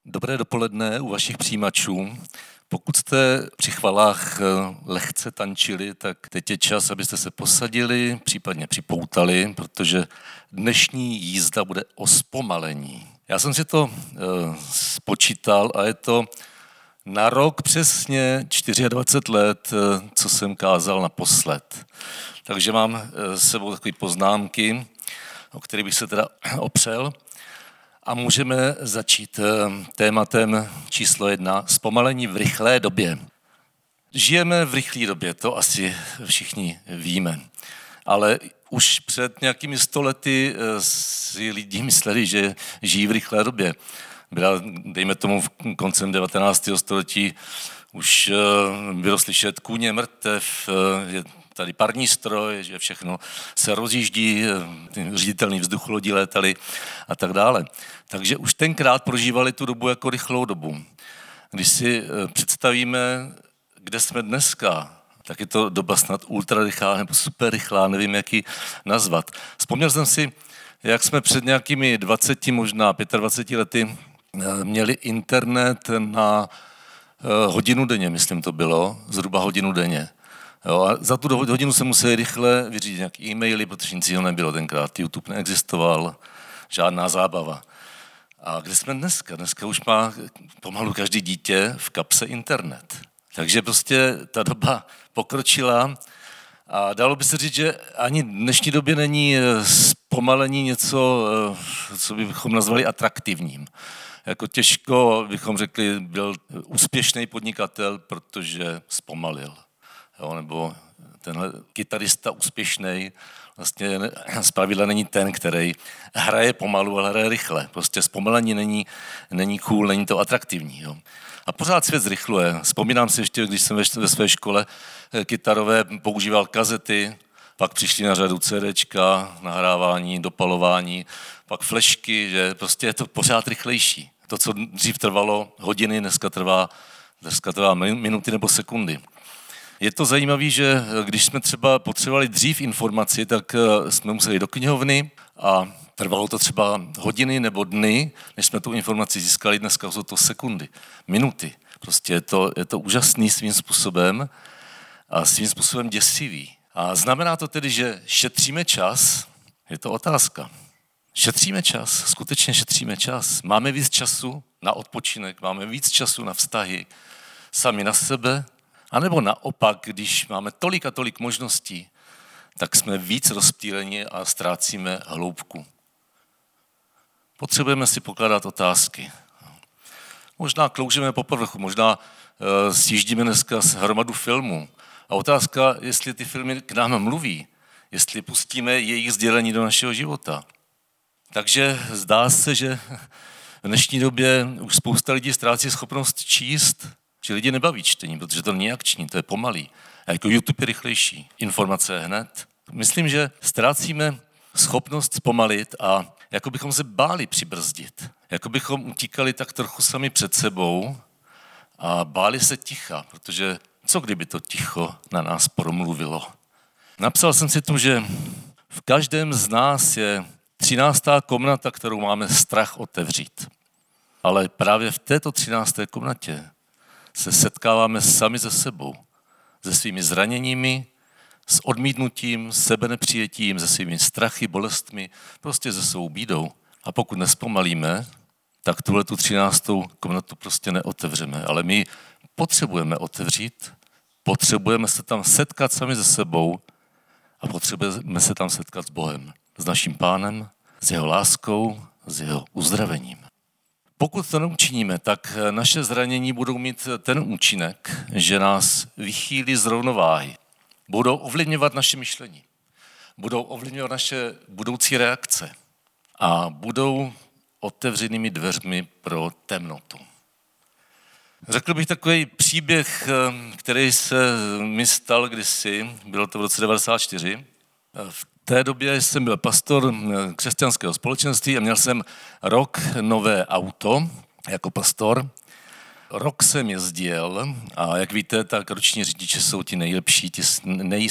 Dobré dopoledne u vašich přijímačů. Pokud jste při chvalách lehce tančili, tak teď je čas, abyste se posadili, případně připoutali, protože dnešní jízda bude o zpomalení. Já jsem si to spočítal a je to na rok přesně 24 let, co jsem kázal naposled. Takže mám s sebou takové poznámky, o kterých bych se teda opřel. A můžeme začít tématem číslo 1, zpomalení v rychlé době. Žijeme v rychlé době, to asi všichni víme, ale už před nějakými 100 lety si lidi mysleli, že žijí v rychlé době. Byla, dejme tomu, koncem 19. století už bylo slyšet kůně, mrtev, tady parní stroj, že všechno se rozjíždí, ředitelný vzducholodi létaly a tak dále. Takže už tenkrát prožívali tu dobu jako rychlou dobu. Když si představíme, kde jsme dneska, tak je to doba snad ultrarychlá nebo superrychlá, nevím, jak ji nazvat. Vzpomněl jsem si, jak jsme před nějakými 20, možná 25 lety měli internet na hodinu denně, myslím to bylo, zhruba hodinu denně. Jo, a za tu hodinu se museli rychle vyřídit nějaké e-maily, protože nic jiného nebylo tenkrát. YouTube neexistoval, žádná zábava. A kde jsme dneska? Dneska už má pomalu každý dítě v kapse internet. Takže prostě ta doba pokročila a dalo by se říct, že ani v dnešní době není zpomalení něco, co bychom nazvali atraktivním. Jako těžko bychom řekli, byl úspěšný podnikatel, protože zpomalil. Jo, nebo tenhle kytarista úspěšný vlastně zpravidla není ten, který hraje pomalu, ale hraje rychle. Prostě zpomalení není cool, není to atraktivní. Jo. A pořád svět zrychluje. Vzpomínám si ještě, když jsem ve své škole kytarové používal kazety, pak přišli na řadu CDčka, nahrávání, dopalování, pak flešky, že prostě je to pořád rychlejší. To, co dřív trvalo hodiny, dneska trvá minuty nebo sekundy. Je to zajímavé, že když jsme třeba potřebovali dřív informaci, tak jsme museli do knihovny a trvalo to třeba hodiny nebo dny, než jsme tu informaci získali. Dneska jsou to sekundy, minuty. Prostě je to úžasný svým způsobem a svým způsobem děsivý. A znamená to tedy, že šetříme čas? Je to otázka. Šetříme čas, skutečně šetříme čas. Máme víc času na odpočinek, máme víc času na vztahy sami na sebe, a nebo naopak, když máme tolik a tolik možností, tak jsme víc rozptýleni a ztrácíme hloubku. Potřebujeme si pokládat otázky. Možná kloužeme po povrchu, možná sjíždíme dneska z hromadu filmů. A otázka, jestli ty filmy k nám mluví, jestli pustíme jejich sdělení do našeho života. Takže zdá se, že v dnešní době už spousta lidí ztrácí schopnost číst, že lidi nebaví čtení, protože to není akční, to je pomalý. A jako YouTube je rychlejší, informace je hned. Myslím, že ztrácíme schopnost zpomalit a jako bychom se báli přibrzdit. Jako bychom utíkali tak trochu sami před sebou a báli se ticha, protože co kdyby to ticho na nás promluvilo. Napsal jsem si tu, že v každém z nás je 13. komnata, kterou máme strach otevřít. Ale právě v této 13. komnatě se setkáváme sami se sebou, se svými zraněními, s odmítnutím, sebenepřijetím, se svými strachy, bolestmi, prostě se svou bídou. A pokud nespomalíme, tak tuhletu 13. komnatu prostě neotevřeme. Ale my potřebujeme otevřít, potřebujeme se tam setkat sami se sebou a potřebujeme se tam setkat s Bohem, s naším Pánem, s jeho láskou, s jeho uzdravením. Pokud to neučiníme, tak naše zranění budou mít ten účinek, že nás vychýlí z rovnováhy. Budou ovlivňovat naše myšlení. Budou ovlivňovat naše budoucí reakce. A budou otevřenými dveřmi pro temnotu. Řekl bych takový příběh, který se mi stal kdysi, bylo to v roce 1994. V té době jsem byl pastor křesťanského společenství a měl jsem rok nové auto jako pastor. Rok jsem jezdil a jak víte, tak roční řidiči jsou ti nejlepší, ti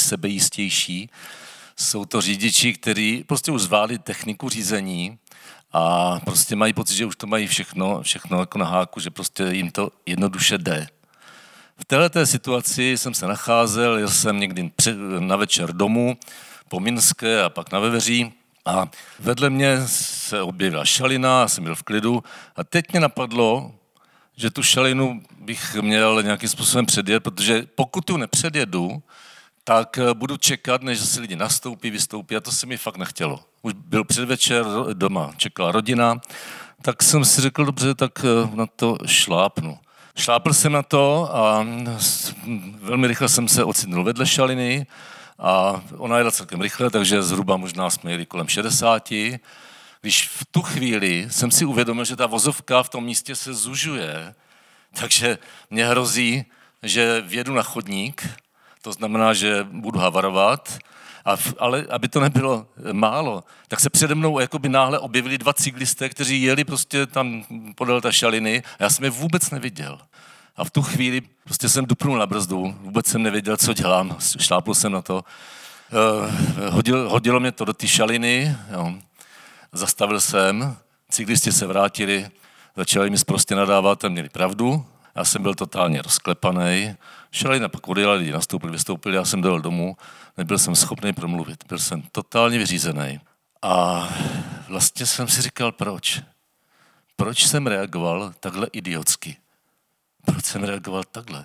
nejsebejistější. Jsou to řidiči, kteří prostě už zvládli techniku řízení a prostě mají pocit, že už to mají všechno jako na háku, že prostě jim to jednoduše jde. V této situaci jsem se nacházel, jel jsem někdy na večer domů po Minské a pak na Veveří a vedle mě se objevila šalina, já jsem byl v klidu a teď mě napadlo, že tu šalinu bych měl nějakým způsobem předjet, protože pokud tu nepředjedu, tak budu čekat, než se lidi vystoupí a to se mi fakt nechtělo. Už byl předvečer, doma čekala rodina, tak jsem si řekl, dobře, tak na to šlápnu. Šlápl jsem na to a velmi rychle jsem se ocitnul vedle šaliny a ona jela celkem rychle, takže zhruba možná jsme jeli kolem 60. Když v tu chvíli jsem si uvědomil, že ta vozovka v tom místě se zužuje, takže mě hrozí, že vjedu na chodník, to znamená, že budu havarovat, ale aby to nebylo málo, tak se přede mnou jakoby náhle objevili 2 cyklisté, kteří jeli prostě tam podél té šaliny a já jsem je vůbec neviděl. A v tu chvíli prostě jsem dupnul na brzdu, vůbec jsem nevěděl, co dělám, šlápl jsem na to, hodilo mě to do té šaliny, jo. Zastavil jsem, cyklisti se vrátili, začali mi sprostě nadávat a měli pravdu. Já jsem byl totálně rozklepaný. Šalina pak odjela, lidi vystoupili, já jsem dojel domů, nebyl jsem schopný promluvit, byl jsem totálně vyřízený. A vlastně jsem si říkal, proč? Proč jsem reagoval takhle idiotsky? Proč jsem reagoval takhle?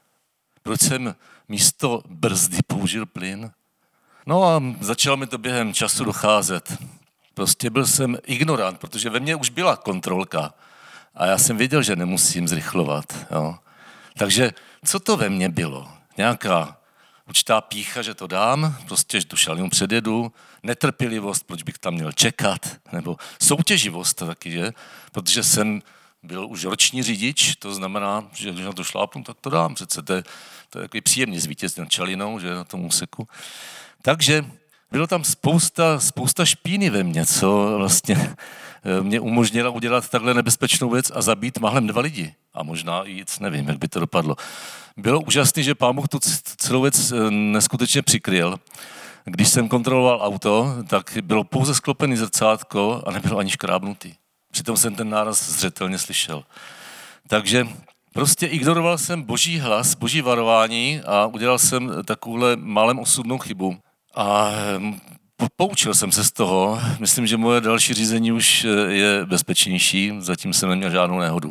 Proč jsem místo brzdy použil plyn? No a začalo mi to během času docházet. Prostě byl jsem ignorant, protože ve mně už byla kontrolka a já jsem věděl, že nemusím zrychlovat. Jo. Takže co to ve mně bylo? Nějaká určitá pýcha, že to dám, prostě že tu šalinu předjedu, netrpělivost, proč bych tam měl čekat, nebo soutěživost taky, že? Protože jsem byl už roční řidič, to znamená, že když na to šlápnu, tak to dám. Přece to je takový příjemný zvítězství nad šalinou, že na tom úseku. Takže bylo tam spousta špíny ve mně, co vlastně mě umožnila udělat takhle nebezpečnou věc a zabít málem 2 lidi. A možná i víc, nevím, jak by to dopadlo. Bylo úžasné, že Pán Bůh tu celou věc neskutečně přikryl. Když jsem kontroloval auto, tak bylo pouze sklopený zrcátko a nebylo ani škrábnutý. Přitom jsem ten náraz zřetelně slyšel. Takže prostě ignoroval jsem Boží hlas, Boží varování a udělal jsem takovouhle málem osudnou chybu. A poučil jsem se z toho. Myslím, že moje další řízení už je bezpečnější, zatím jsem neměl žádnou nehodu.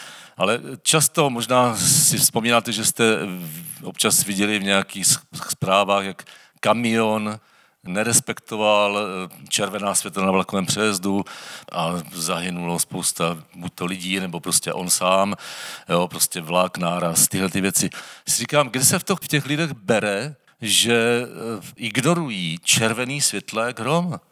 Ale často, možná si vzpomínáte, že jste občas viděli v nějakých zprávách, jak kamion nerespektoval červená světla na vlakovém přejezdu a zahynulo spousta buď to lidí, nebo prostě on sám, jo, prostě vlak, náraz, tyhle ty věci. Si říkám, kde se v těch lidech bere, že ignorují červený světla jak hrom.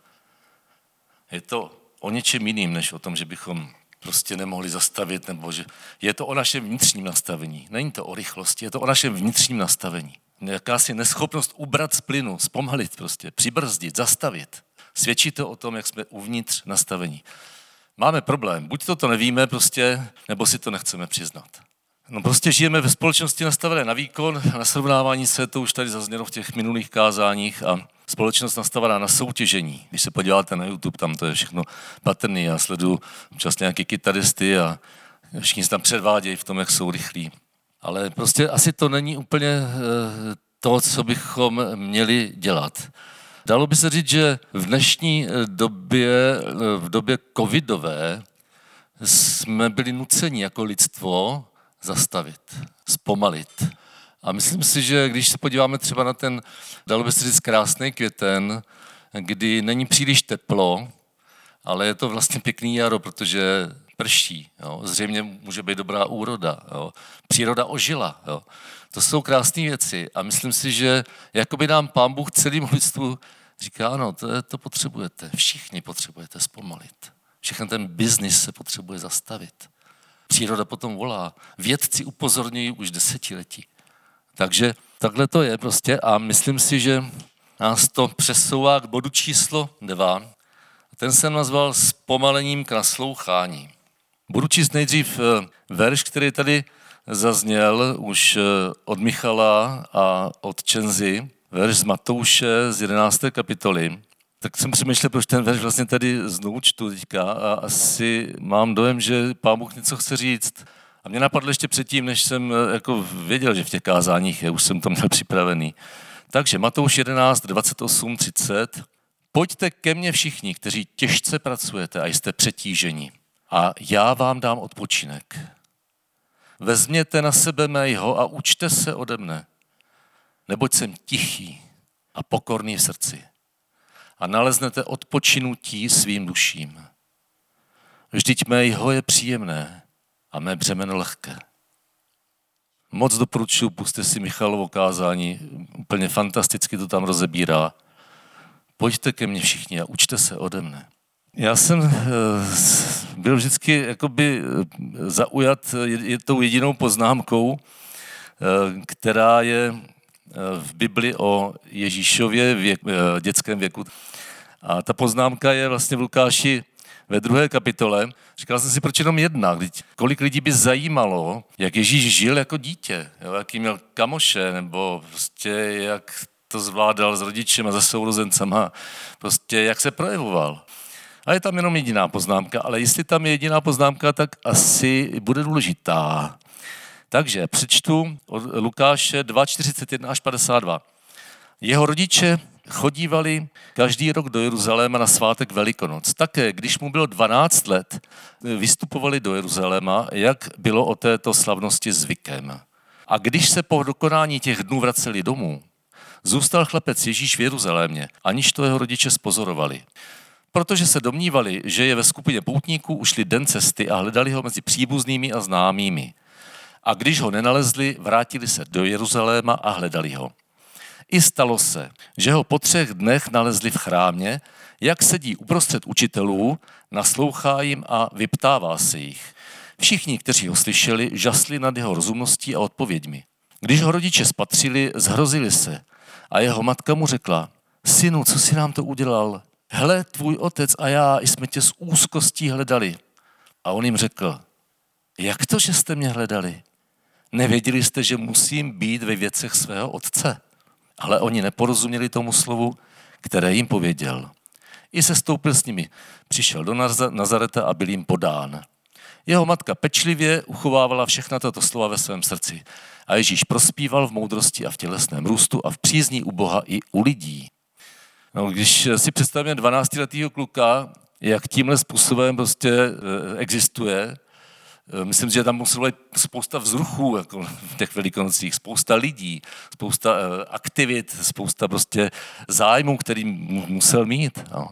Je to o něčem jiným, než o tom, že bychom prostě nemohli zastavit, nebo že je to o našem vnitřním nastavení. Není to o rychlosti, je to o našem vnitřním nastavení. Jakási neschopnost ubrat z plynu, zpomalit prostě, přibrzdit, zastavit. Svědčí to o tom, jak jsme uvnitř nastavení. Máme problém, buď to nevíme prostě, nebo si to nechceme přiznat. No prostě žijeme ve společnosti nastavené na výkon, na srovnávání se, to už tady zaznělo v těch minulých kázáních a společnost nastavená na soutěžení. Když se podíváte na YouTube, tam to je všechno patrný. Já sleduju občas nějaké kytaristy a všichni se tam předvádějí v tom, jak jsou rychlí. Ale prostě asi to není úplně to, co bychom měli dělat. Dalo by se říct, že v dnešní době, v době covidové, jsme byli nuceni jako lidstvo zastavit, zpomalit. A myslím si, že když se podíváme třeba na ten, dalo by se říct, krásný květen, kdy není příliš teplo, ale je to vlastně pěkný jaro, protože prší. Jo. Zřejmě může být dobrá úroda. Jo. Příroda ožila. Jo. To jsou krásné věci a myslím si, že jakoby nám Pán Bůh celému lidstvu říká, ano, to potřebujete. Všichni potřebujete zpomalit. Všechny ten biznis se potřebuje zastavit. Příroda potom volá. Vědci upozorňují už desetiletí. Takže takhle to je prostě a myslím si, že nás to přesouvá k bodu číslo 2. Ten jsem nazval zpomalením k naslouchání. Budu číst nejdřív verš, který tady zazněl už od Michala a od Čenzy, verš z Matouše z 11. kapitoly. Tak jsem přemýšlel, proč ten verš vlastně tady znovu čtu teďka a asi mám dojem, že Pán Bůh něco chce říct. A mě napadlo ještě předtím, než jsem jako věděl, že v těch kázáních je, už jsem to měl připravený. Takže Matouš 11, 28, 30. Pojďte ke mně všichni, kteří těžce pracujete a jste přetíženi, a já vám dám odpočinek. Vezměte na sebe mého a učte se ode mne, neboť jsem tichý a pokorný v srdci a naleznete odpočinutí svým duším. Vždyť mého je příjemné a mé břemeno lehké. Moc doporučuji, pusťte si Michalovo kázání, úplně fantasticky to tam rozebírá. Pojďte ke mně všichni a učte se ode mne. Já jsem byl vždycky jakoby zaujat tou jedinou poznámkou, která je v Bibli o Ježíšově dětském věku. A ta poznámka je vlastně v Lukáši ve 2. kapitole. Říkal jsem si, proč jenom jedna? Kolik lidí by zajímalo, jak Ježíš žil jako dítě, jo? Jaký měl kamoše, nebo prostě jak to zvládal s rodičem a se sourozencema, prostě jak se projevoval. A je tam jenom jediná poznámka, ale jestli tam je jediná poznámka, tak asi bude důležitá. Takže přečtu od Lukáše 2:41 až 52. Jeho rodiče chodívali každý rok do Jeruzaléma na svátek Velikonoc. Také, když mu bylo 12 let, vystupovali do Jeruzaléma, jak bylo o této slavnosti zvykem. A když se po dokonání těch dnů vraceli domů, zůstal chlapec Ježíš v Jeruzalémě, aniž to jeho rodiče spozorovali. Protože se domnívali, že je ve skupině poutníků, ušli den cesty a hledali ho mezi příbuznými a známými. A když ho nenalezli, vrátili se do Jeruzaléma a hledali ho. I stalo se, že ho po 3 dnech nalezli v chrámě, jak sedí uprostřed učitelů, naslouchá jim a vyptává se jich. Všichni, kteří ho slyšeli, žasli nad jeho rozumností a odpověďmi. Když ho rodiče spatřili, zhrozili se a jeho matka mu řekla: Synu, co jsi nám to udělal? Hle, tvůj otec a já jsme tě s úzkostí hledali. A on jim řekl: Jak to, že jste mě hledali? Nevěděli jste, že musím být ve věcech svého otce? Ale oni neporozuměli tomu slovu, které jim pověděl. I se stoupil s nimi. Přišel do Nazareta a byl jim podán. Jeho matka pečlivě uchovávala všechna tato slova ve svém srdci. A Ježíš prospíval v moudrosti a v tělesném růstu a v přízní u Boha i u lidí. No, když si představíme 12letého kluka, jak tímhle způsobem prostě existuje, myslím, že tam muselo být spousta vzruchů jako v těch Velikonocích, spousta lidí, spousta aktivit, spousta prostě zájmů, který musel mít. No.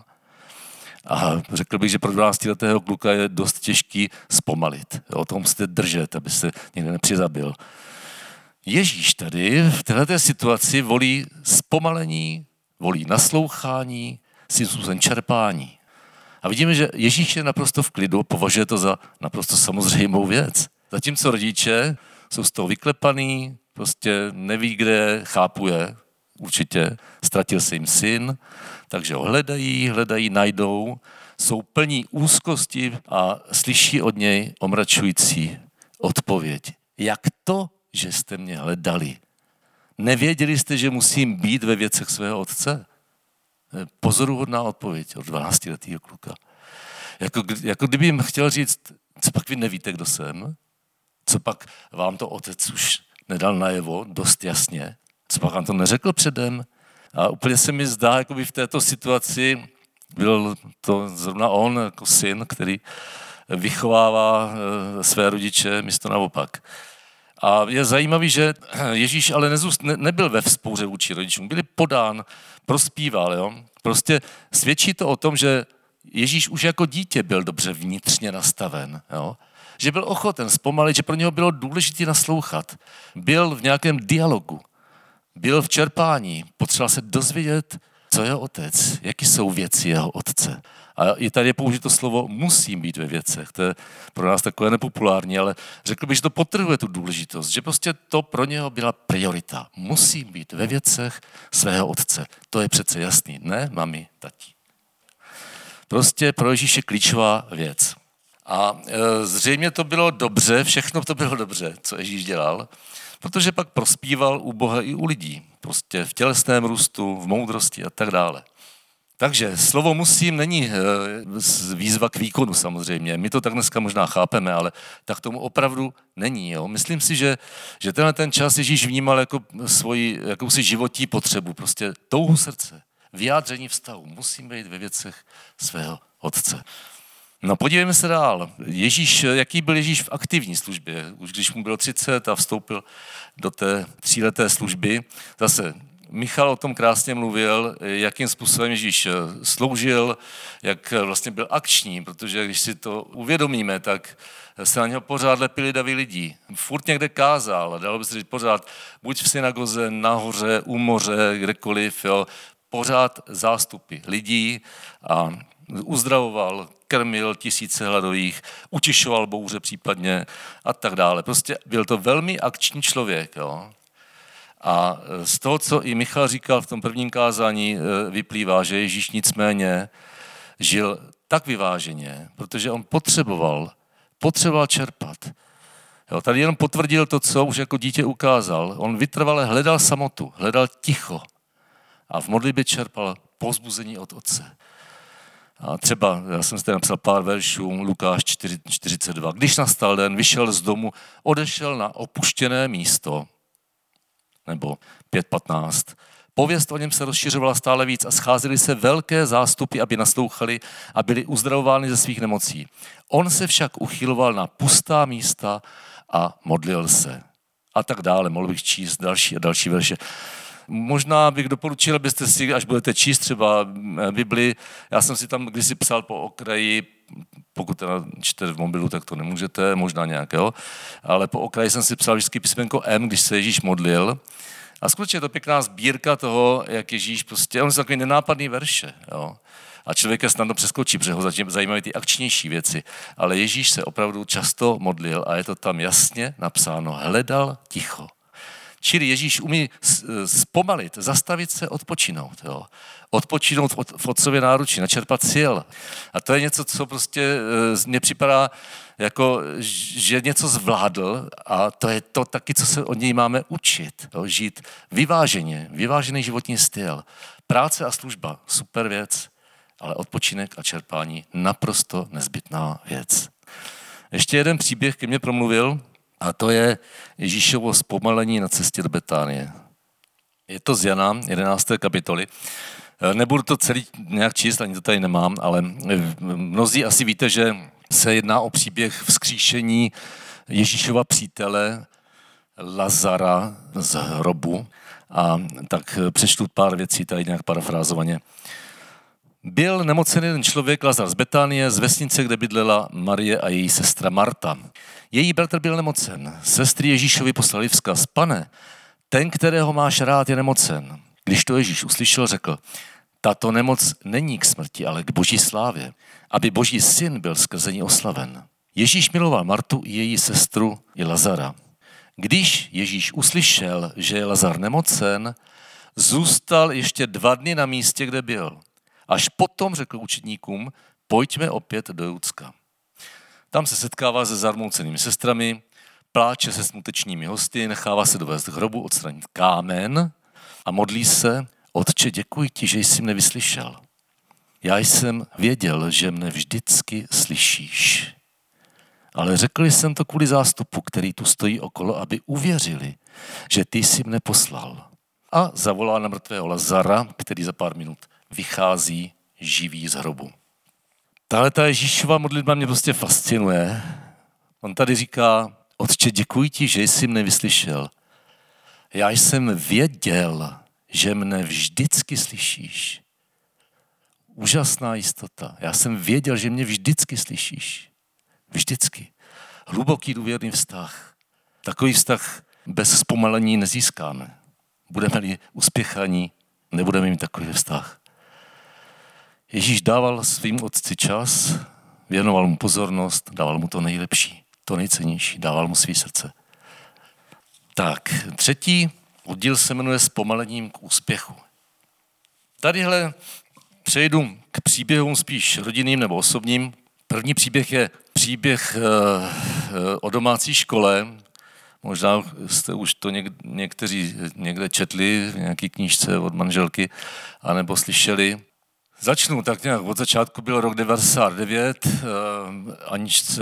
A řekl bych, že pro 12letého kluka je dost těžký zpomalit. Jo, toho musíte držet, aby se někde nepřizabil. Ježíš tady v této situaci volí zpomalení, volí naslouchání, svým způsobem čerpání. A vidíme, že Ježíš je naprosto v klidu, považuje to za naprosto samozřejmou věc. Zatímco rodiče jsou z toho vyklepaný, prostě neví, kde, chápuje, určitě, ztratil se jim syn, takže ho hledají, najdou, jsou plní úzkosti a slyší od něj omračující odpověď. Jak to, že jste mě hledali? Nevěděli jste, že musím být ve věcech svého otce? Pozoruhodná odpověď od 12letého kluka. Jako kdyby jim chtěl říct, co pak vy nevíte, kdo jsem? Co pak vám to otec už nedal najevo dost jasně? Co pak vám to neřekl předem? A úplně se mi zdá, jako by v této situaci byl to zrovna on, jako syn, který vychovává své rodiče, místo naopak. A je zajímavý, že Ježíš ale nebyl ve vzpouře vůči rodičům, byl podán, prospíval. Jo? Prostě svědčí to o tom, že Ježíš už jako dítě byl dobře vnitřně nastaven. Jo? Že byl ochoten zpomalit, že pro něho bylo důležité naslouchat. Byl v nějakém dialogu, byl v čerpání, potřeboval se dozvědět, co je otec, jaký jsou věci jeho otce. A i tady je použito slovo musím být ve věcech. To je pro nás takové nepopulární, ale řekl bych, že to podtrhuje tu důležitost, že prostě to pro něho byla priorita. Musím být ve věcech svého otce. To je přece jasný. Ne, mami, tati. Prostě pro Ježíše klíčová věc. A zřejmě to bylo dobře, všechno to bylo dobře, co Ježíš dělal, protože pak prospíval u Boha i u lidí. Prostě v tělesném růstu, v moudrosti a tak dále. Takže slovo musím není výzva k výkonu samozřejmě. My to tak dneska možná chápeme, ale tak tomu opravdu není. Jo? Myslím si, že tenhle ten čas Ježíš vnímal jako svoji jakousi životní potřebu, prostě touhu srdce, vyjádření vztahu. Musím být ve věcech svého Otce. No podívejme se dál. Jaký byl Ježíš v aktivní službě? Už když mu bylo 30 a vstoupil do té 3leté služby, zase Michal o tom krásně mluvil, jakým způsobem Ježíš sloužil, jak vlastně byl akční, protože když si to uvědomíme, tak se na něho pořád lepili davy lidí. Furt někde kázal, dalo by se říct pořád, buď v synagoze, nahoře, u moře, kdekoliv, jo, pořád zástupy lidí a uzdravoval, krmil tisíce hladových, utišoval bouře případně a tak dále. Prostě byl to velmi akční člověk, jo. A z toho, co i Michal říkal v tom prvním kázání, vyplývá, že Ježíš nicméně žil tak vyváženě, protože on potřeboval čerpat. Jo, tady jenom potvrdil to, co už jako dítě ukázal. On vytrvale hledal samotu, hledal ticho a v modlitbě čerpal povzbuzení od Otce. A třeba, já jsem zde napsal pár veršů, Lukáš 4:42. Když nastal den, vyšel z domu, odešel na opuštěné místo, nebo 5:15. Pověst o něm se rozšiřovala stále víc a scházely se velké zástupy, aby naslouchali a byli uzdravováni ze svých nemocí. On se však uchyloval na pustá místa a modlil se. A tak dále, mohl bych číst další a další verše. Možná bych doporučil, abyste si, až budete číst třeba Bibli, já jsem si tam kdysi psal po okraji, pokud teda čtete v mobilu, tak to nemůžete, možná nějakého, ale po okraji jsem si psal vždycky písmenko M, když se Ježíš modlil. A skutečně je to pěkná sbírka toho, jak Ježíš prostě, on jsou takový nenápadný verše, jo. A člověka snadno přeskočí, protože ho zajímají ty akčnější věci. Ale Ježíš se opravdu často modlil a je to tam jasně napsáno, hledal ticho. Čili Ježíš umí zpomalit, zastavit se, odpočinout. Jo. Odpočinout v Otcově náručí, načerpat sil. A to je něco, co prostě mně připadá, jako, že něco zvládl a to je to taky, co se od něj máme učit. Jo. Žít vyváženě, vyvážený životní styl. Práce a služba, super věc, ale odpočinek a čerpání naprosto nezbytná věc. Ještě jeden příběh ke mně promluvil, a to je Ježíšovo zpomalení na cestě do Betánie. Je to z Jana, 11. kapitoly. Nebudu to celý nějak číst, ani to tady nemám, ale mnozí asi víte, že se jedná o příběh vzkříšení Ježíšova přítele Lazara z hrobu. A tak přečtu pár věcí tady nějak parafrázovaně. Byl nemocen jeden člověk, Lazar z Betánie, z vesnice, kde bydlela Marie a její sestra Marta. Její bratr byl nemocen. Sestry Ježíšovi poslali vzkaz. Pane, ten, kterého máš rád, je nemocen. Když to Ježíš uslyšel, řekl, tato nemoc není k smrti, ale k boží slávě, aby boží syn byl skrze ní oslaven. Ježíš miloval Martu i její sestru i Lazara. Když Ježíš uslyšel, že je Lazar nemocen, zůstal ještě 2 dny na místě, kde byl. Až potom řekl učedníkům, pojďme opět do Judska. Tam se setkává se zarmoucenými sestrami, pláče se smutečnými hosty, nechává se dovést k hrobu, odstranit kámen a modlí se, Otče, děkuji ti, že jsi mne vyslyšel. Já jsem věděl, že mne vždycky slyšíš. Ale řekl jsem to kvůli zástupu, který tu stojí okolo, aby uvěřili, že ty jsi mne poslal. A zavolá na mrtvého Lazara, který za pár minut vychází živý z hrobu. Tahle ta Ježíšova modlitba mě prostě fascinuje. On tady říká, Otče, děkuji ti, že jsi mne vyslyšel. Já jsem věděl, že mne vždycky slyšíš. Úžasná jistota. Já jsem věděl, že mě vždycky slyšíš. Vždycky. Hluboký důvěrný vztah. Takový vztah bez zpomalení nezískáme. Budeme-li uspěchaní, nebudeme mít takový vztah. Ježíš dával svým otci čas, věnoval mu pozornost, dával mu to nejlepší, to nejcennější, dával mu svý srdce. Tak, 3. oddíl se jmenuje Zpomalením k úspěchu. Tadyhle přejdu k příběhům spíš rodinným nebo osobním. První příběh je příběh o domácí škole. Možná jste už to někteří někde četli v nějaké knížce od manželky, anebo slyšeli. Začnu tak nějak, od začátku bylo rok 99, Aničce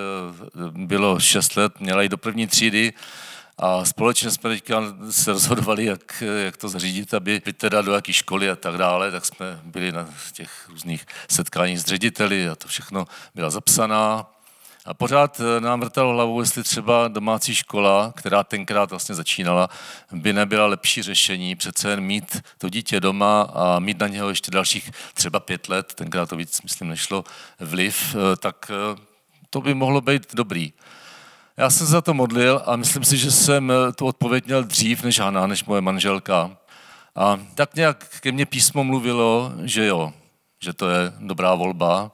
bylo 6 let, měla jít do první třídy a společně jsme teďka se rozhodovali, jak to zařídit, aby teda do jaké školy a tak dále, tak jsme byli na těch různých setkáních s řediteli a to všechno byla zapsaná. A pořád nám vrtalo hlavou, jestli třeba domácí škola, která tenkrát vlastně začínala, by nebyla lepší řešení, přece jen mít to dítě doma a mít na něho ještě dalších třeba 5 let, tenkrát to víc, myslím, nešlo, vliv, tak to by mohlo být dobrý. Já jsem se za to modlil a myslím si, že jsem tu odpověď měl dřív než Hana, než moje manželka. A tak nějak ke mně písmo mluvilo, že jo, že to je dobrá volba.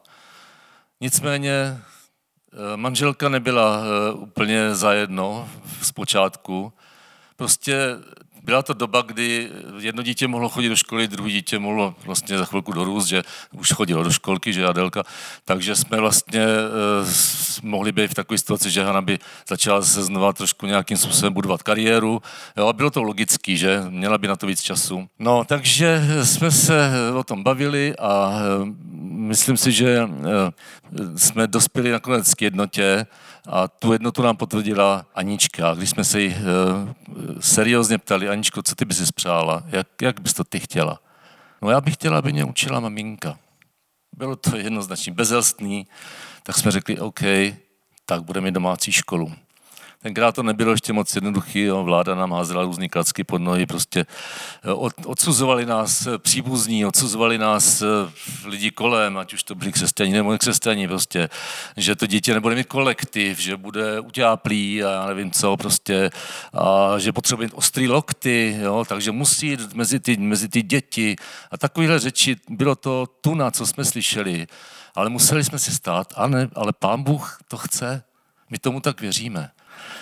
Nicméně manželka nebyla úplně zajedno zpočátku. Prostě byla to doba, kdy jedno dítě mohlo chodit do školy, druhé dítě mohlo vlastně za chvilku dorůst, že už chodilo do školky, že Adelka, takže jsme vlastně mohli být v takové situaci, že Hana by začala se znova trošku nějakým způsobem budovat kariéru. Jo, a bylo to logický, že měla by na to víc času. No, takže jsme se o tom bavili a myslím si, že jsme dospěli nakonec k jednotě a tu jednotu nám potvrdila Anička. Když jsme se jí seriózně ptali, Aničko, co ty bys si přála? Jak bys to ty chtěla? No já bych chtěla, aby mě učila maminka. Bylo to jednoznačně bezelstný, tak jsme řekli, OK, tak budeme mít domácí školu. Tenkrát to nebylo ještě moc jednoduchý, jo. Vláda nám házela různý klacky pod nohy, prostě odsuzovali nás příbuzní, odsuzovali nás lidi kolem, ať už to byli křesťaní nebo nekřesťaní, prostě, že to dítě nebude mít kolektiv, že bude utáplý a já nevím co, prostě, a že potřebuje mít ostrý lokty, jo, takže musí jít mezi ty děti a takovéhle řeči, bylo to tuna, co jsme slyšeli, ale museli jsme si stát, ale Pán Bůh to chce, my tomu tak věříme.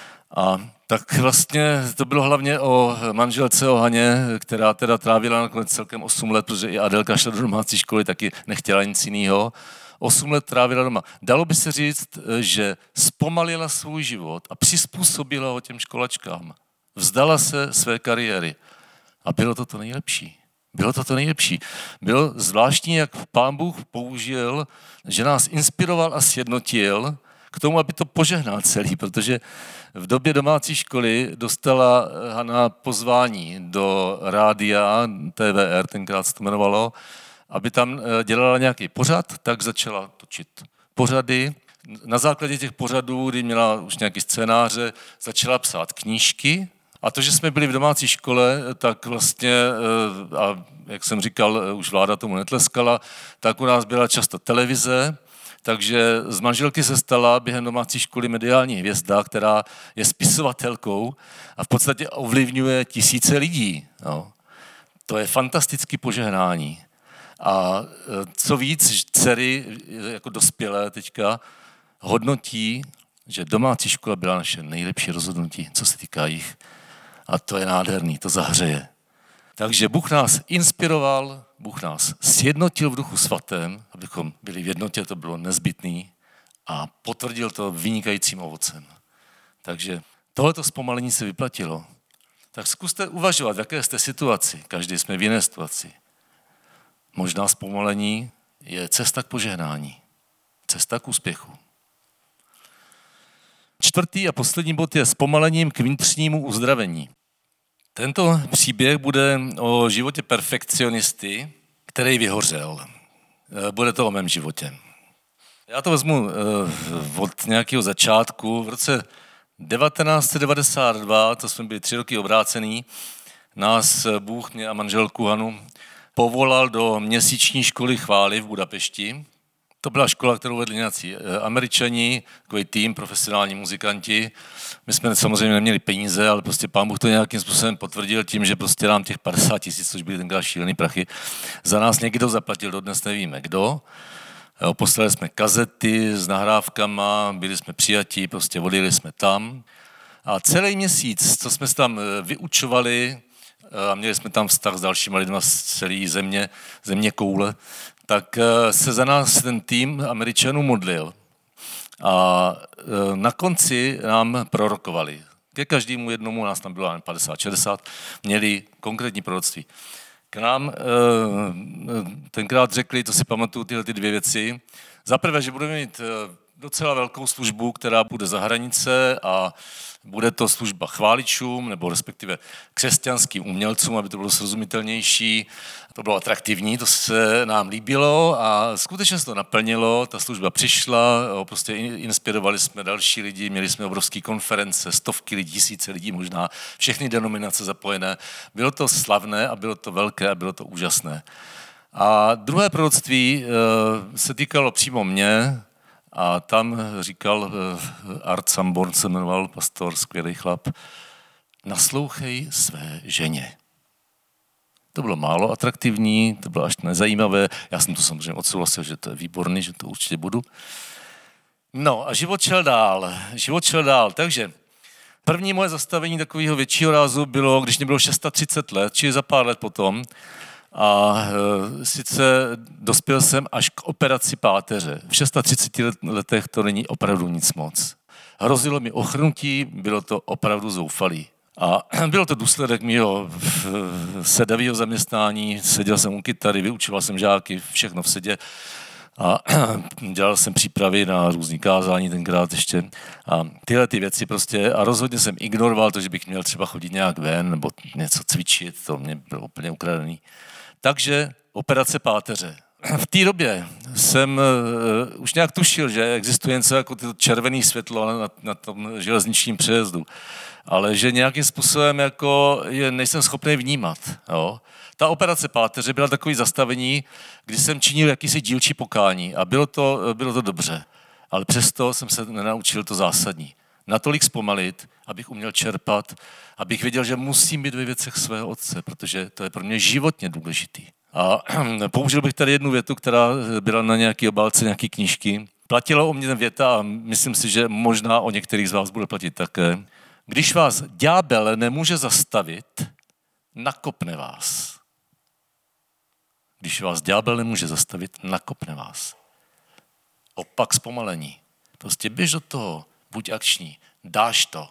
A tak vlastně to bylo hlavně o manželce, o Haně, která teda trávila nakonec celkem 8 let, protože i Adelka šla do domácí školy, taky nechtěla nic jiného. 8 let trávila doma. Dalo by se říct, že zpomalila svůj život a přizpůsobila ho těm školačkám. Vzdala se své kariéry. A bylo to to nejlepší. Bylo to to nejlepší. Bylo zvláštní, jak Pán Bůh použil, že nás inspiroval a sjednotil k tomu, aby to požehnal celý, protože v době domácí školy dostala Hana pozvání do rádia TVR, tenkrát se to jmenovalo, aby tam dělala nějaký pořad, tak začala točit pořady. Na základě těch pořadů, kdy měla už nějaký scénáře, začala psát knížky. A to, že jsme byli v domácí škole, tak vlastně, a jak jsem říkal, už vláda tomu netleskala, tak u nás byla často televize, takže z manželky se stala během domácí školy mediální hvězda, která je spisovatelkou a v podstatě ovlivňuje tisíce lidí. No. To je fantastické požehnání. A co víc, dcery jako dospělé teďka hodnotí, že domácí škola byla naše nejlepší rozhodnutí, co se týká jich. A to je nádherný, to zahřeje. Takže Bůh nás inspiroval, Bůh nás sjednotil v Duchu Svatém, abychom byli v jednotě, to bylo nezbytný, a potvrdil to vynikajícím ovocem. Takže tohleto zpomalení se vyplatilo. Tak zkuste uvažovat, v jaké jste situaci. Každý jsme v jiné situaci. Možná zpomalení je cesta k požehnání, cesta k úspěchu. 4. a poslední bod je zpomalením k vnitřnímu uzdravení. Tento příběh bude o životě perfekcionisty, který vyhořel. Bude to o mém životě. Já to vezmu od nějakého začátku. V roce 1992, to jsme byli 3 roky obrácený, nás Bůh, mě a manželku Hanu, povolal do měsíční školy chvály v Budapešti. To byla škola, kterou vedli nějací Američani, takový tým, profesionální muzikanti. My jsme samozřejmě neměli peníze, ale prostě Pán Bůh to nějakým způsobem potvrdil tím, že prostě nám těch 50 000, což byly tenkrát šílený prachy, za nás někdo zaplatil, dodnes nevíme kdo. Poslali jsme kazety s nahrávkama, byli jsme přijatí, prostě odjeli jsme tam. A celý měsíc, co jsme se tam vyučovali, a měli jsme tam vztah s dalšíma lidma z celé země koule, tak se za nás ten tým Američanů modlil. A na konci nám prorokovali. Ke každému jednomu, nás tam bylo 50-60, měli konkrétní proroctví. K nám tenkrát řekli, to si pamatuju, tyhle ty dvě věci. Za prvé, že budeme mít docela velkou službu, která bude za hranice a bude to služba chváličům, nebo respektive křesťanským umělcům, aby to bylo srozumitelnější. To bylo atraktivní, to se nám líbilo a skutečně se to naplnilo, ta služba přišla, prostě inspirovali jsme další lidi, měli jsme obrovské konference, stovky lidí, tisíce lidí možná, všechny denominace zapojené. Bylo to slavné a bylo to velké a bylo to úžasné. A druhé proroctví se týkalo přímo mě, a tam říkal Art Sanborn, se jmenoval pastor, skvělý chlap, naslouchej své ženě. To bylo málo atraktivní, to bylo až nezajímavé. Já jsem to samozřejmě odsouhlasil, že to je výborný, že to určitě budu. No a život šel dál. Takže první moje zastavení takového většího rázu bylo, když mě bylo 630 let, čili za pár let potom. A sice dospěl jsem až k operaci páteře. V 630 letech to není opravdu nic moc. Hrozilo mi ochrnutí, bylo to opravdu zoufalý. A byl to důsledek mého sedavého zaměstnání, seděl jsem u kytary, vyučoval jsem žáky, všechno v sedě a dělal jsem přípravy na různý kázání tenkrát ještě a tyhle ty věci prostě a rozhodně jsem ignoroval to, že bych měl třeba chodit nějak ven nebo něco cvičit, to mě bylo úplně ukradený. Takže operace páteře. V té době jsem už nějak tušil, že existuje něco jako to červené světlo na tom železničním přejezdu, ale že nějakým způsobem jako nejsem schopný vnímat. Jo. Ta operace páteře byla takové zastavení, kdy jsem činil jakýsi dílčí pokání a bylo to dobře, ale přesto jsem se nenaučil to zásadní. Natolik zpomalit, abych uměl čerpat, abych věděl, že musím být ve věcech svého otce, protože to je pro mě životně důležitý. A použil bych tady jednu větu, která byla na nějaké obálce nějaké knížky. Platila o mě ten věta a myslím si, že možná o některých z vás bude platit také. Když vás ďábel nemůže zastavit, nakopne vás. Když vás ďábel nemůže zastavit, nakopne vás. Opak zpomalení. Prostě běž do toho, buď akční, dáš to.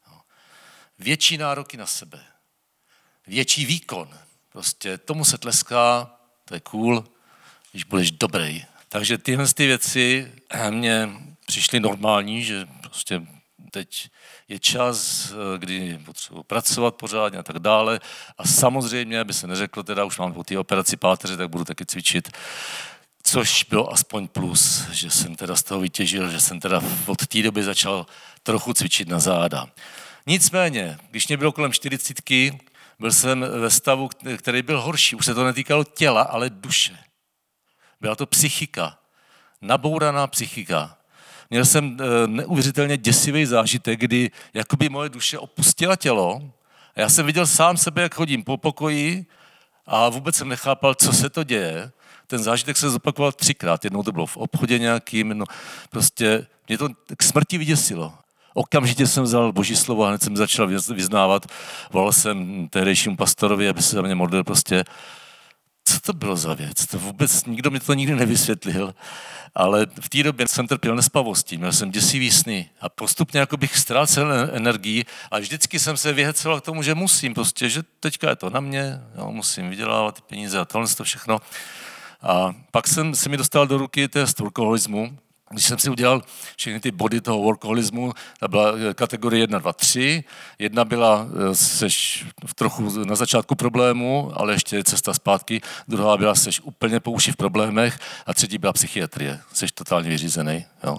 Větší nároky na sebe, větší výkon. Prostě tomu se tleská, to je cool, když budeš dobrý. Takže tyhle ty věci mně přišly normální, že prostě teď je čas, kdy potřebuji pracovat pořádně a tak dále. A samozřejmě, aby se neřeklo, teda už mám po té operaci páteře, tak budu taky cvičit. Což bylo aspoň plus, že jsem teda z toho vytěžil, že jsem teda od té doby začal trochu cvičit na záda. Nicméně, když mě bylo kolem 40, byl jsem ve stavu, který byl horší. Už se to netýkalo těla, ale duše. Byla to psychika. Nabouraná psychika. Měl jsem neuvěřitelně děsivý zážitek, kdy jakoby moje duše opustila tělo a já jsem viděl sám sebe, jak chodím po pokoji a vůbec jsem nechápal, co se to děje. Ten zážitek se zopakoval 3krát. Jednou to bylo v obchodě nějakým, no prostě mě to k smrti vyděsilo. Okamžitě jsem vzal Boží slovo a hned jsem začal vyznávat. Volal jsem tehdejšímu pastorovi, aby se za mě modlil prostě. Co to bylo za věc? To vůbec nikdo mi to nikdy nevysvětlil. Ale v té době jsem trpěl nespavostí, měl jsem děsivý sny a postupně jako bych ztrácel energii a vždycky jsem se vyhecoval k tomu, že musím prostě, že teďka je to na mě, jo, musím vydělávat ty peníze a tohle to všechno. A pak jsem se mi dostal do ruky test workoholismu. Když jsem si udělal všechny ty body toho workoholismu, ta byla kategorie 1, 2, 3. Jedna byla seš v trochu na začátku problému, ale ještě cesta zpátky. Druhá byla seš úplně po uši v problémech a třetí byla psychiatrie. Seš totálně vyřízený. Jo.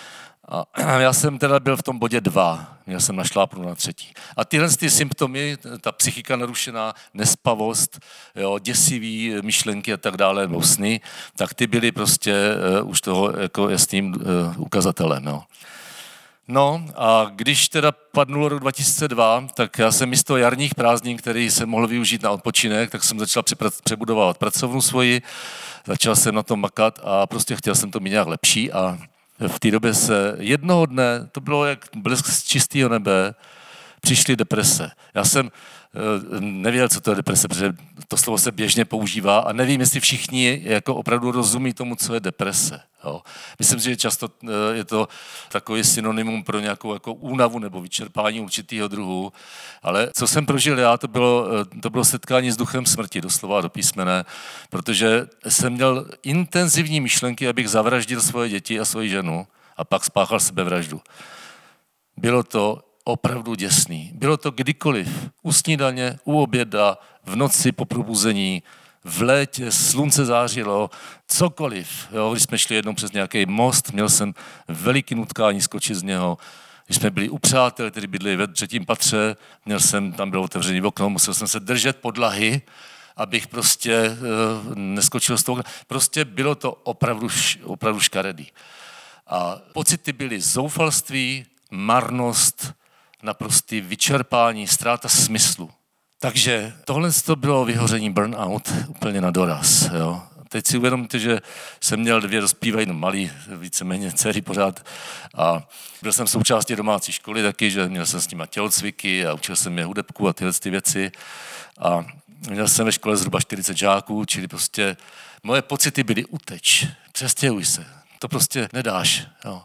A já jsem teda byl v tom bodě 2, já jsem našlápnul na 3. A tyhle ty symptomy, ta psychika narušená, nespavost, jo, děsivý myšlenky a tak dále, nebo sny, tak ty byly prostě už toho jako jasným ukazatelem. Jo. No a když teda padnul rok 2002, tak já jsem místo jarních prázdnin, který jsem mohl využít na odpočinek, tak jsem začal přebudovávat pracovnu svoji, začal jsem na tom makat a prostě chtěl jsem to mít nějak lepší a v té době se jednoho dne, to bylo jak blesk z čistého nebe, Přišly deprese. Já jsem nevěděl, co to je deprese, protože to slovo se běžně používá a nevím, jestli všichni jako opravdu rozumí tomu, co je deprese. Jo. Myslím si, že často je to takový synonymum pro nějakou jako únavu nebo vyčerpání určitého druhu, ale co jsem prožil já, to bylo setkání s duchem smrti, doslova do písmene, protože jsem měl intenzivní myšlenky, abych zavraždil svoje děti a svoji ženu a pak spáchal sebevraždu. Bylo to opravdu děsný. Bylo to kdykoliv. U snídaně, u oběda, v noci po probuzení, v létě, slunce zářilo, cokoliv. Jo, když jsme šli jednou přes nějaký most, měl jsem veliký nutkání skočit z něho. Když jsme byli u přátel, kteří bydli ve 3. patře, tam bylo otevřený okno, musel jsem se držet podlahy, abych prostě neskočil z toho. Prostě bylo to opravdu škaredý. A pocity byly zoufalství, marnost, naprostý vyčerpání, ztráta smyslu. Takže tohle to bylo vyhoření burnout úplně na doraz. Jo. Teď si uvědomte, že jsem měl 2 dospívají, malý, víceméně dcery pořád. A byl jsem součástí domácí školy taky, že měl jsem s nimi tělocviky a učil jsem je hudebku a tyhle věci. A měl jsem ve škole zhruba 40 žáků, čili prostě moje pocity byly uteč. Přestěhuj se. To prostě nedáš. Jo.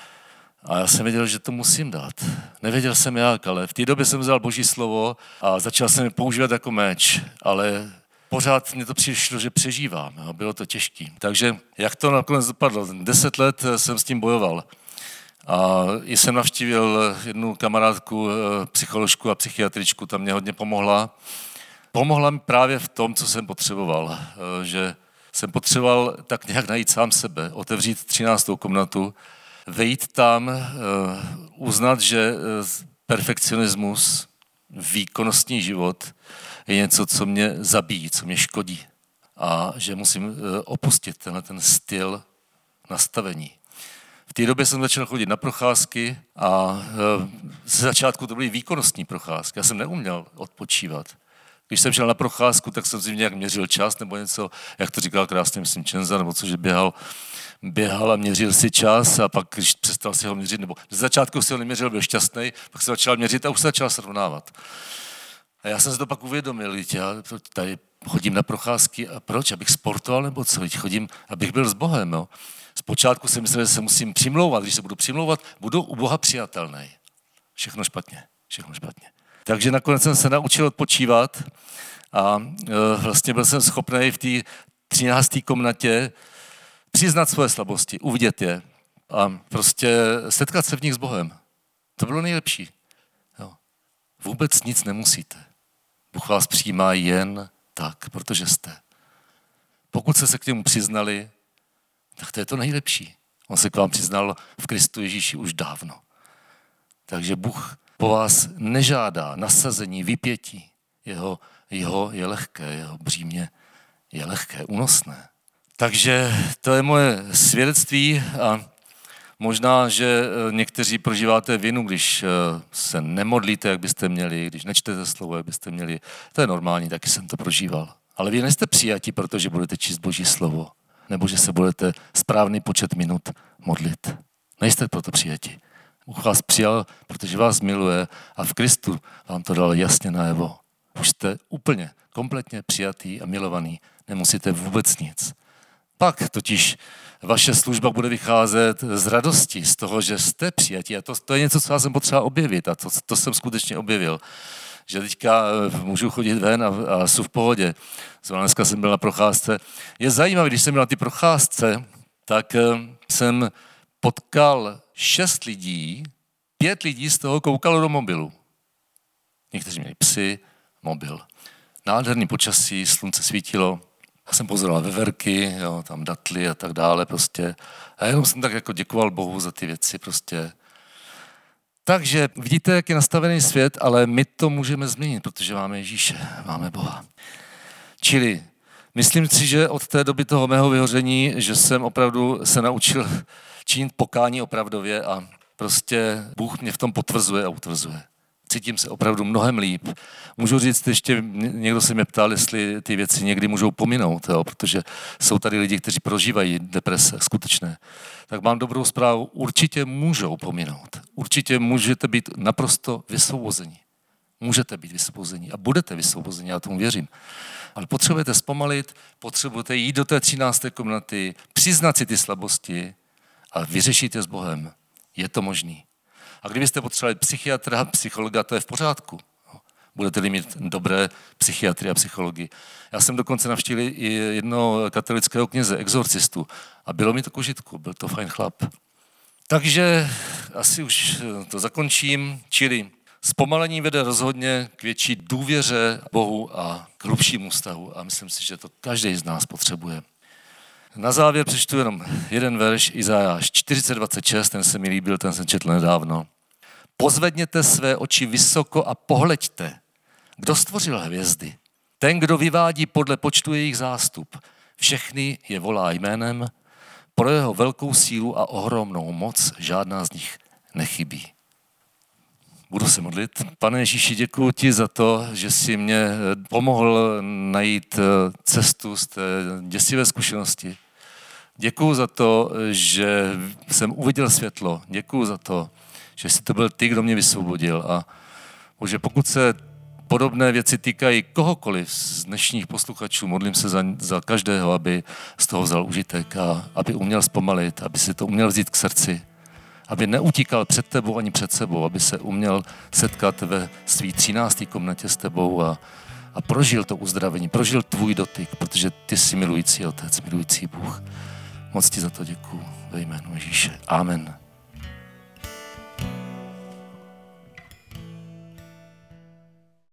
A já jsem věděl, že to musím dát. Nevěděl jsem jak, ale v té době jsem vzal Boží slovo a začal jsem je používat jako meč, ale pořád mě to přišlo, že přežívám. Jo. Bylo to těžký. Takže jak to nakonec dopadlo? 10 let jsem s tím bojoval. A jsem navštívil jednu kamarádku, psycholožku a psychiatričku, tam mě hodně pomohla. Pomohla mi právě v tom, co jsem potřeboval. Že jsem potřeboval tak nějak najít sám sebe, otevřít 13. komnatu, vejít tam, uznat, že perfekcionismus, výkonnostní život je něco, co mě zabíjí, co mě škodí. A že musím opustit ten styl nastavení. V té době jsem začal chodit na procházky a ze začátku to byly výkonnostní procházky. Já jsem neuměl odpočívat. Když jsem šel na procházku, tak jsem si nějak měřil čas nebo něco, jak to říkal krásně, myslím, Čenza, nebo co, že běhal a měřil si čas a pak, když přestal si ho měřit, nebo z začátku si ho neměřil, byl šťastný, pak se začal měřit a už se začal srovnávat. A já jsem si to pak uvědomil, já tady chodím na procházky a proč? Abych sportoval nebo co? Chodím, abych byl s Bohem. Jo? Zpočátku jsem myslel, že se musím přimlouvat. Když se budu přimlouvat, budu u Boha přijatelný. Všechno špatně. Takže nakonec jsem se naučil odpočívat a vlastně byl jsem schopný v té 13. komnatě přiznat svoje slabosti, uvidět je a prostě setkat se v nich s Bohem. To bylo nejlepší. Jo. Vůbec nic nemusíte. Bůh vás přijímá jen tak, protože jste. Pokud jste se k němu přiznali, tak to je to nejlepší. On se k vám přiznal v Kristu Ježíši už dávno. Takže Bůh po vás nežádá nasazení, vypětí. Jeho je lehké, jeho břímě je lehké, únosné. Takže to je moje svědectví a možná, že někteří prožíváte vinu, když se nemodlíte, jak byste měli, když nečtete slovo, jak byste měli. To je normální, taky jsem to prožíval. Ale vy nejste přijati, protože budete číst Boží slovo, nebo že se budete správný počet minut modlit. Nejste proto přijati. Bůh vás přijal, protože vás miluje a v Kristu vám to dal jasně najevo. Už jste úplně, kompletně přijatý a milovaný. Nemusíte vůbec nic. Pak totiž vaše služba bude vycházet z radosti, z toho, že jste přijatí. A to je něco, co já jsem potřeba objevit a to jsem skutečně objevil. Že teďka můžu chodit ven a jsou v pohodě. Dneska jsem byl na procházce. Je zajímavé, když jsem byl na ty procházce, tak jsem potkal 6 lidí, 5 lidí z toho koukalo do mobilu. Někteří měli psy, mobil. Nádherný počasí, slunce svítilo. Já jsem pozoroval veverky, jo, tam datly a tak dále prostě. A jenom jsem tak jako děkoval Bohu za ty věci prostě. Takže vidíte, jak je nastavený svět, ale my to můžeme změnit, protože máme Ježíše, máme Boha. Čili myslím si, že od té doby toho mého vyhoření, že jsem opravdu se naučil činit pokání opravdově a prostě Bůh mě v tom potvrzuje a utvrzuje. Cítím se opravdu mnohem líp. Můžu říct ještě, někdo se mě ptal, jestli ty věci někdy můžou pominout, jo, protože jsou tady lidi, kteří prožívají deprese skutečné. Tak mám dobrou zprávu, určitě můžou pominout. Určitě můžete být naprosto vysvobození. Můžete být vysvobození a budete vysvobození, já tomu věřím. Ale potřebujete zpomalit, potřebujete jít do té 13. komnaty, přiznat si ty slabosti a vyřešit je s Bohem. Je to možný. A kdybyste potřebovali psychiatra, psychologa, to je v pořádku. Budete-li mít dobré psychiatry a psychologi. Já jsem dokonce navštívil i jednoho katolického kněze, exorcistu, a bylo mi to k užitku, byl to fajn chlap. Takže asi už to zakončím, čili zpomalení vede rozhodně k větší důvěře Bohu a k hlubšímu vztahu a myslím si, že to každý z nás potřebuje. Na závěr přečtu jenom jeden verš, Izajáš 40:26, ten se mi líbil, ten jsem četl nedávno. Pozvedněte své oči vysoko a pohleďte, kdo stvořil hvězdy. Ten, kdo vyvádí podle počtu jejich zástup. Všechny je volá jménem, pro jeho velkou sílu a ohromnou moc žádná z nich nechybí. Budu se modlit. Pane Ježíši, děkuji ti za to, že jsi mě pomohl najít cestu z té děsivé zkušenosti. Děkuji za to, že jsem uviděl světlo. Děkuji za to, že jsi to byl ty, kdo mě vysvobodil. A Bože, pokud se podobné věci týkají kohokoliv z dnešních posluchačů, modlím se za každého, aby z toho vzal užitek a aby uměl zpomalit, aby si to uměl vzít k srdci, aby neutíkal před tebou ani před sebou, aby se uměl setkat ve svý 13. komnatě s tebou a prožil to uzdravení, prožil tvůj dotyk, protože ty jsi milující Otec, milující Bůh. Moc ti za to děkuju ve jménu Ježíše. Amen.